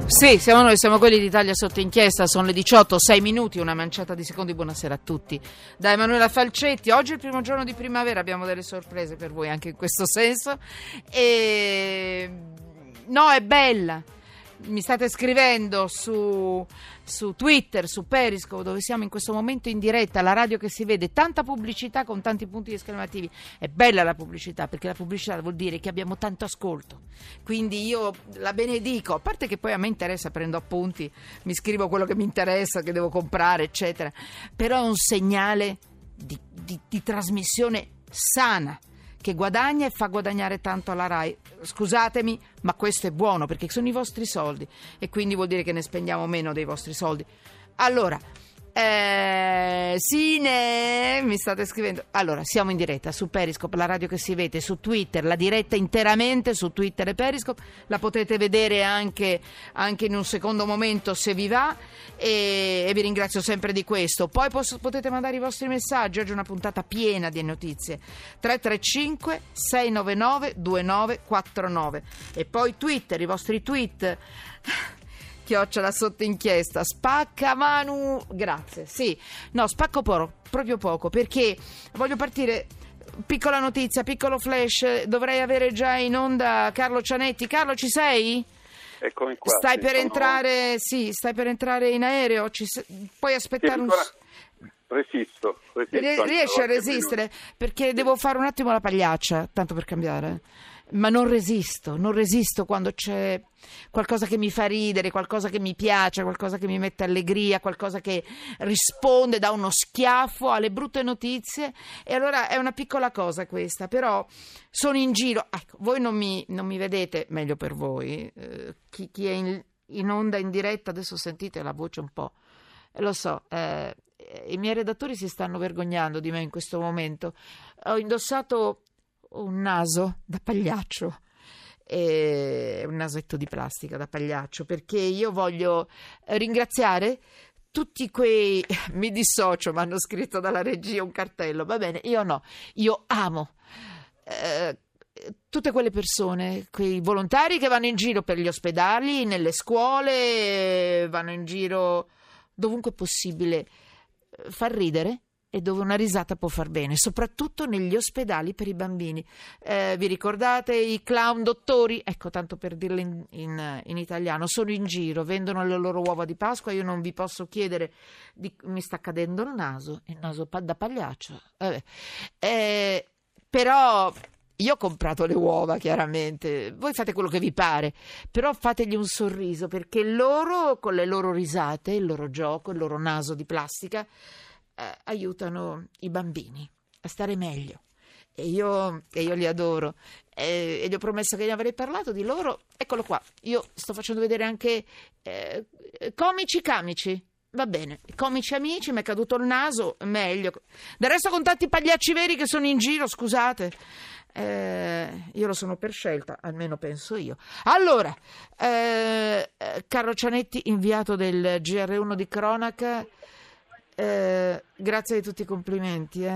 Sì, siamo noi, siamo quelli d'Italia sotto inchiesta, sono le 18, 6 minuti, una manciata di secondi, buonasera a tutti. Da Emanuela Falcetti, oggi è il primo giorno di primavera, abbiamo delle sorprese per voi anche in questo senso. No, è bella. Mi state scrivendo su Twitter, su Periscope, dove siamo in questo momento in diretta, la radio che si vede, tanta pubblicità con tanti punti esclamativi. È bella la pubblicità, perché la pubblicità vuol dire che abbiamo tanto ascolto. Quindi io la benedico, a parte che poi a me interessa, prendo appunti, mi scrivo quello che mi interessa, che devo comprare, eccetera. Però è un segnale di trasmissione sana, che guadagna e fa guadagnare tanto alla RAI. Scusatemi, ma questo è buono perché sono i vostri soldi e quindi vuol dire che ne spendiamo meno dei vostri soldi. Allora, Sine, mi state scrivendo. Allora, siamo in diretta su Periscope, la radio che si vede, su Twitter, la diretta interamente su Twitter e Periscope, la potete vedere anche in un secondo momento se vi va, e vi ringrazio sempre di questo. Poi potete mandare i vostri messaggi, oggi è una puntata piena di notizie. 335 699 2949 e poi Twitter, i vostri tweet @ sotto inchiesta. Spacca Manu, grazie. Sì, no, spacco proprio poco, perché voglio partire. Piccola notizia, piccolo flash. Dovrei avere già in onda Carlo Cianetti. Carlo, ci sei? Eccomi qua. Stai per entrare? Sì, stai per entrare in aereo? Puoi aspettare un... Resisto. Riesci a resistere? Perché devo fare un attimo la pagliaccia, tanto per cambiare. Ma non resisto quando c'è qualcosa che mi fa ridere, qualcosa che mi piace, qualcosa che mi mette allegria, qualcosa che risponde, dà uno schiaffo alle brutte notizie. E allora è una piccola cosa questa, però sono in giro. Ecco, voi non mi vedete, meglio per voi. Chi è in onda in diretta, adesso sentite la voce un po', lo so, i miei redattori si stanno vergognando di me in questo momento. Ho indossato un naso da pagliaccio, un nasetto di plastica da pagliaccio, perché io voglio ringraziare tutti quei... mi dissocio, mi hanno scritto dalla regia un cartello, va bene, io no, io amo tutte quelle persone, quei volontari che vanno in giro per gli ospedali, nelle scuole, vanno in giro dovunque è possibile far ridere e dove una risata può far bene, soprattutto negli ospedali per i bambini. Vi ricordate i clown dottori? Ecco, tanto per dirlo in italiano, sono in giro, vendono le loro uova di Pasqua. Io non vi posso chiedere mi sta cadendo il naso da pagliaccio. Però io ho comprato le uova, chiaramente. Voi fate quello che vi pare, però fategli un sorriso, perché loro, con le loro risate, il loro gioco, il loro naso di plastica, aiutano i bambini a stare meglio, e io li adoro, e gli ho promesso che ne avrei parlato di loro. Eccolo qua, io sto facendo vedere anche comici camici, va bene, comici amici, mi è caduto il naso, meglio. Del resto, con tanti pagliacci veri che sono in giro, scusate, io lo sono per scelta, almeno penso io. Allora, Carlo Cianetti, inviato del GR1 di cronaca, grazie di tutti i complimenti,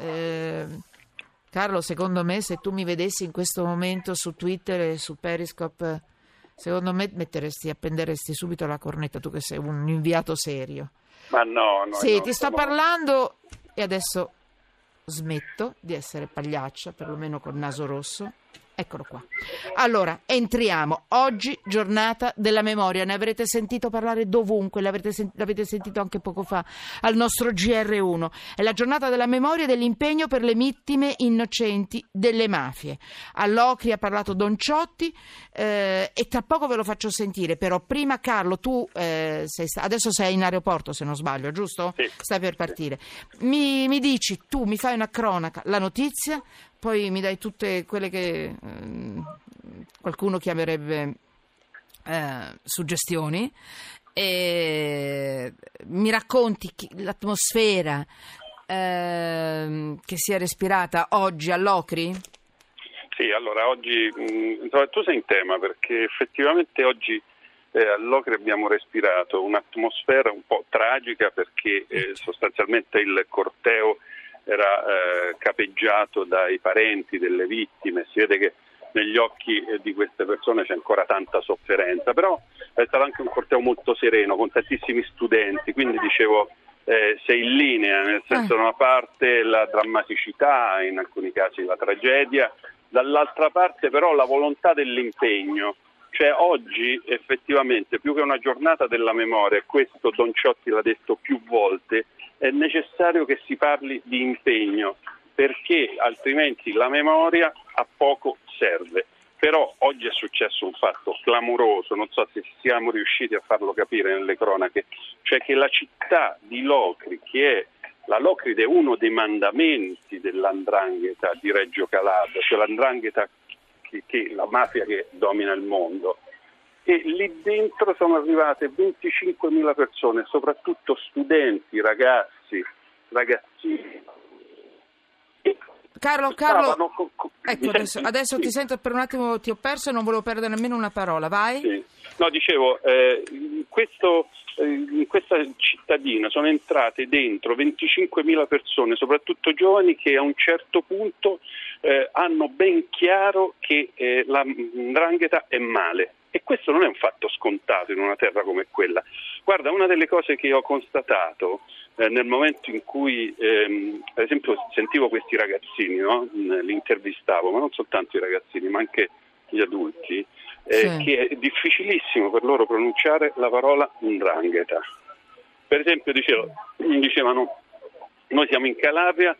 Carlo. Secondo me, se tu mi vedessi in questo momento su Twitter e su Periscope, secondo me appenderesti subito la cornetta, tu che sei un inviato serio. Ma no, sì, no, ti sto parlando e adesso smetto di essere pagliaccia, perlomeno col naso rosso. Eccolo qua. Allora, entriamo. Oggi, giornata della memoria. Ne avrete sentito parlare dovunque, l'avete sentito anche poco fa al nostro GR1. È la giornata della memoria e dell'impegno per le vittime innocenti delle mafie. All'Ocri ha parlato Don Ciotti, e tra poco ve lo faccio sentire. Però prima, Carlo, tu adesso sei in aeroporto, se non sbaglio, giusto? Sì. Stai per partire. Mi dici, tu mi fai una cronaca, la notizia, poi mi dai tutte quelle che qualcuno chiamerebbe suggestioni, e mi racconti l'atmosfera che si è respirata oggi all'Ocri? Sì, allora oggi tu sei in tema, perché effettivamente oggi all'Ocri abbiamo respirato un'atmosfera un po' tragica, perché sostanzialmente il corteo era capeggiato dai parenti delle vittime. Si vede che negli occhi di queste persone c'è ancora tanta sofferenza, però è stato anche un corteo molto sereno con tantissimi studenti, quindi dicevo sei in linea, nel senso da una parte la drammaticità, in alcuni casi la tragedia, dall'altra parte però la volontà dell'impegno. Cioè oggi effettivamente più che una giornata della memoria, e questo Don Ciotti l'ha detto più volte, è necessario che si parli di impegno, perché altrimenti la memoria a poco serve. Però oggi è successo un fatto clamoroso, non so se siamo riusciti a farlo capire nelle cronache, cioè che la città di Locri, la Locride è uno dei mandamenti dell''ndrangheta di Reggio Calabria, cioè l''ndrangheta che la mafia che domina il mondo, e lì dentro sono arrivate 25.000 persone, soprattutto studenti, ragazzini. Carlo, ecco, adesso ti sento, per un attimo ti ho perso e non volevo perdere nemmeno una parola, vai? Sì. No, dicevo, in questa cittadina sono entrate dentro 25.000 persone, soprattutto giovani, che a un certo punto hanno ben chiaro che la 'ndrangheta è male. E questo non è un fatto scontato in una terra come quella. Guarda, una delle cose che ho constatato nel momento in cui, per esempio, sentivo questi ragazzini, no? Li intervistavo, ma non soltanto i ragazzini, ma anche gli adulti, che è difficilissimo per loro pronunciare la parola 'ndrangheta. Per esempio, dicevano, noi siamo in Calabria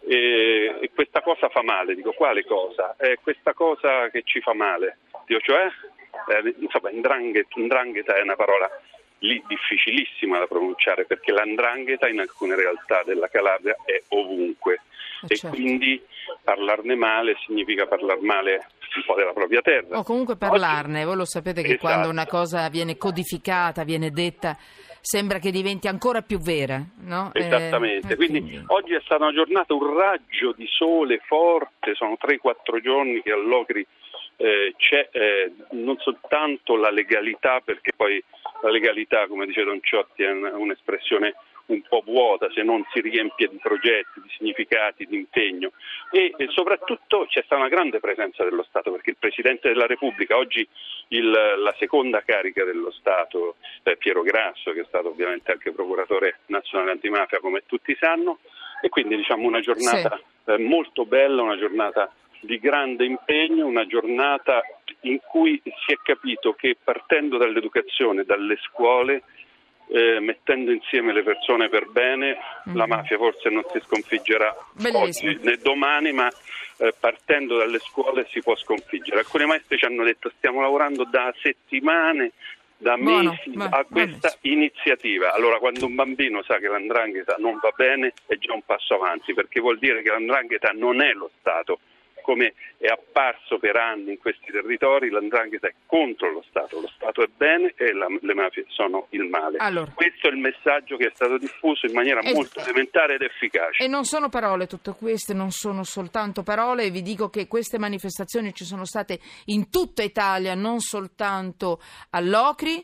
e questa cosa fa male. Dico, quale cosa? Questa cosa che ci fa male. Dico, cioè? Insomma, 'ndrangheta è una parola lì difficilissima da pronunciare, perché la 'ndrangheta in alcune realtà della Calabria è ovunque, certo. Quindi parlarne male significa parlar male un po' della propria terra. O comunque parlarne. Voi lo sapete che quando una cosa viene codificata, viene detta, sembra che diventi ancora più vera, no? Esattamente, quindi oggi è stata una giornata, un raggio di sole forte, sono 3-4 giorni che a Locri c'è non soltanto la legalità, perché poi la legalità, come dice Don Ciotti, è un'espressione un po' vuota se non si riempie di progetti, di significati, di impegno, e soprattutto c'è stata una grande presenza dello Stato, perché il Presidente della Repubblica, oggi la seconda carica dello Stato, Piero Grasso, che è stato ovviamente anche procuratore nazionale antimafia, come tutti sanno, e quindi diciamo una giornata molto bella, una giornata di grande impegno, una giornata in cui si è capito che partendo dall'educazione, dalle scuole, mettendo insieme le persone per bene, la mafia forse non si sconfiggerà oggi né domani, ma partendo dalle scuole si può sconfiggere. Alcuni maestri ci hanno detto: stiamo lavorando da settimane, da mesi a questa iniziativa. Allora, quando un bambino sa che la 'ndrangheta non va bene, è già un passo avanti, perché vuol dire che la 'ndrangheta non è lo Stato, come è apparso per anni in questi territori. La 'ndrangheta è contro lo Stato è bene e le mafie sono il male. Allora, questo è il messaggio che è stato diffuso in maniera molto elementare ed efficace. E non sono parole tutte queste, non sono soltanto parole, vi dico che queste manifestazioni ci sono state in tutta Italia, non soltanto a Locri.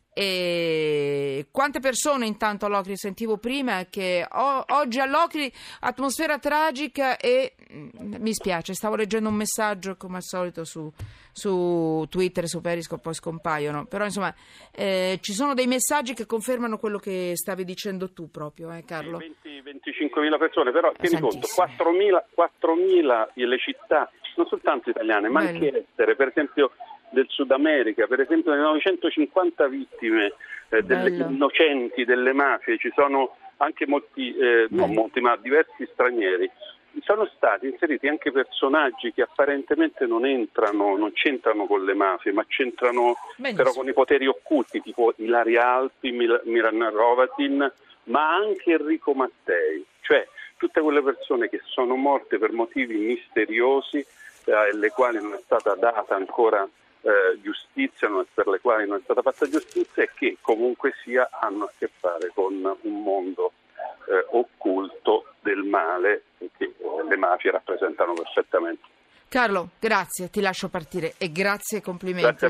E quante persone intanto a Locri? Sentivo prima che oggi a Locri atmosfera tragica, e mi spiace, stavo leggendo un messaggio come al solito su Twitter, su Periscope, poi scompaiono, però insomma ci sono dei messaggi che confermano quello che stavi dicendo tu proprio, Carlo. 25.000 persone, però tieni conto, 4.000 le città, non soltanto italiane, ma anche estere, per esempio del Sud America, per esempio le 950 vittime delle innocenti delle mafie, ci sono anche non molti, ma diversi stranieri. Sono stati inseriti anche personaggi che apparentemente non c'entrano con le mafie, ma c'entrano però con i poteri occulti, tipo Ilaria Alpi, Miran Hrovatin, ma anche Enrico Mattei, cioè tutte quelle persone che sono morte per motivi misteriosi, alle quali non è stata data ancora giustizia, per le quali non è stata fatta giustizia, e che comunque sia hanno a che fare con un mondo occulto del male che le mafie rappresentano perfettamente. Carlo, grazie, ti lascio partire, e grazie e complimenti,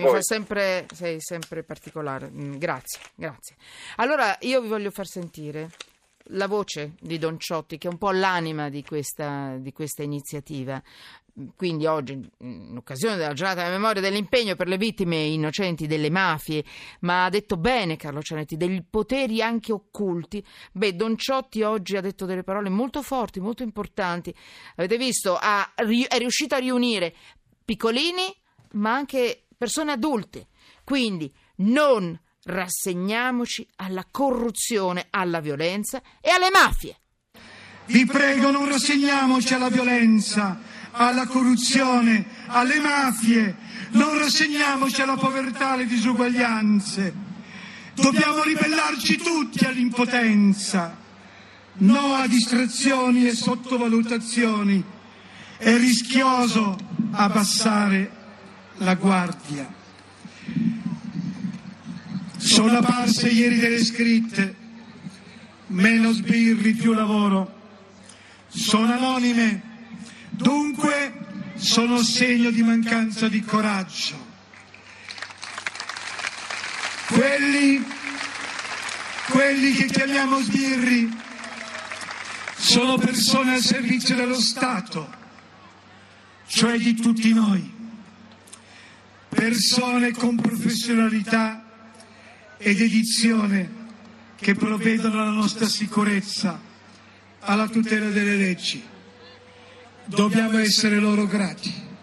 sei sempre particolare, grazie. Allora io vi voglio far sentire la voce di Don Ciotti, che è un po' l'anima di questa iniziativa. Quindi oggi, in occasione della giornata della memoria dell'impegno per le vittime innocenti delle mafie, ma ha detto bene Carlo Cianetti, degli poteri anche occulti. Don Ciotti oggi ha detto delle parole molto forti, molto importanti. Avete visto, è riuscito a riunire piccolini ma anche persone adulte. Quindi non rassegniamoci alla corruzione, alla violenza e alle mafie. Vi prego, non rassegniamoci alla violenza, alla corruzione, alle mafie, non rassegniamoci alla povertà, alle disuguaglianze. Dobbiamo ribellarci tutti all'impotenza, no a distrazioni e sottovalutazioni. È rischioso abbassare la guardia. Sono apparse ieri delle scritte: meno sbirri, più lavoro. Sono anonime, dunque sono segno di mancanza di coraggio. Quelli che chiamiamo sbirri sono persone al servizio dello Stato, cioè di tutti noi, persone con professionalità ed dedizione che provvedono alla nostra sicurezza, alla tutela delle leggi. Dobbiamo essere loro grati.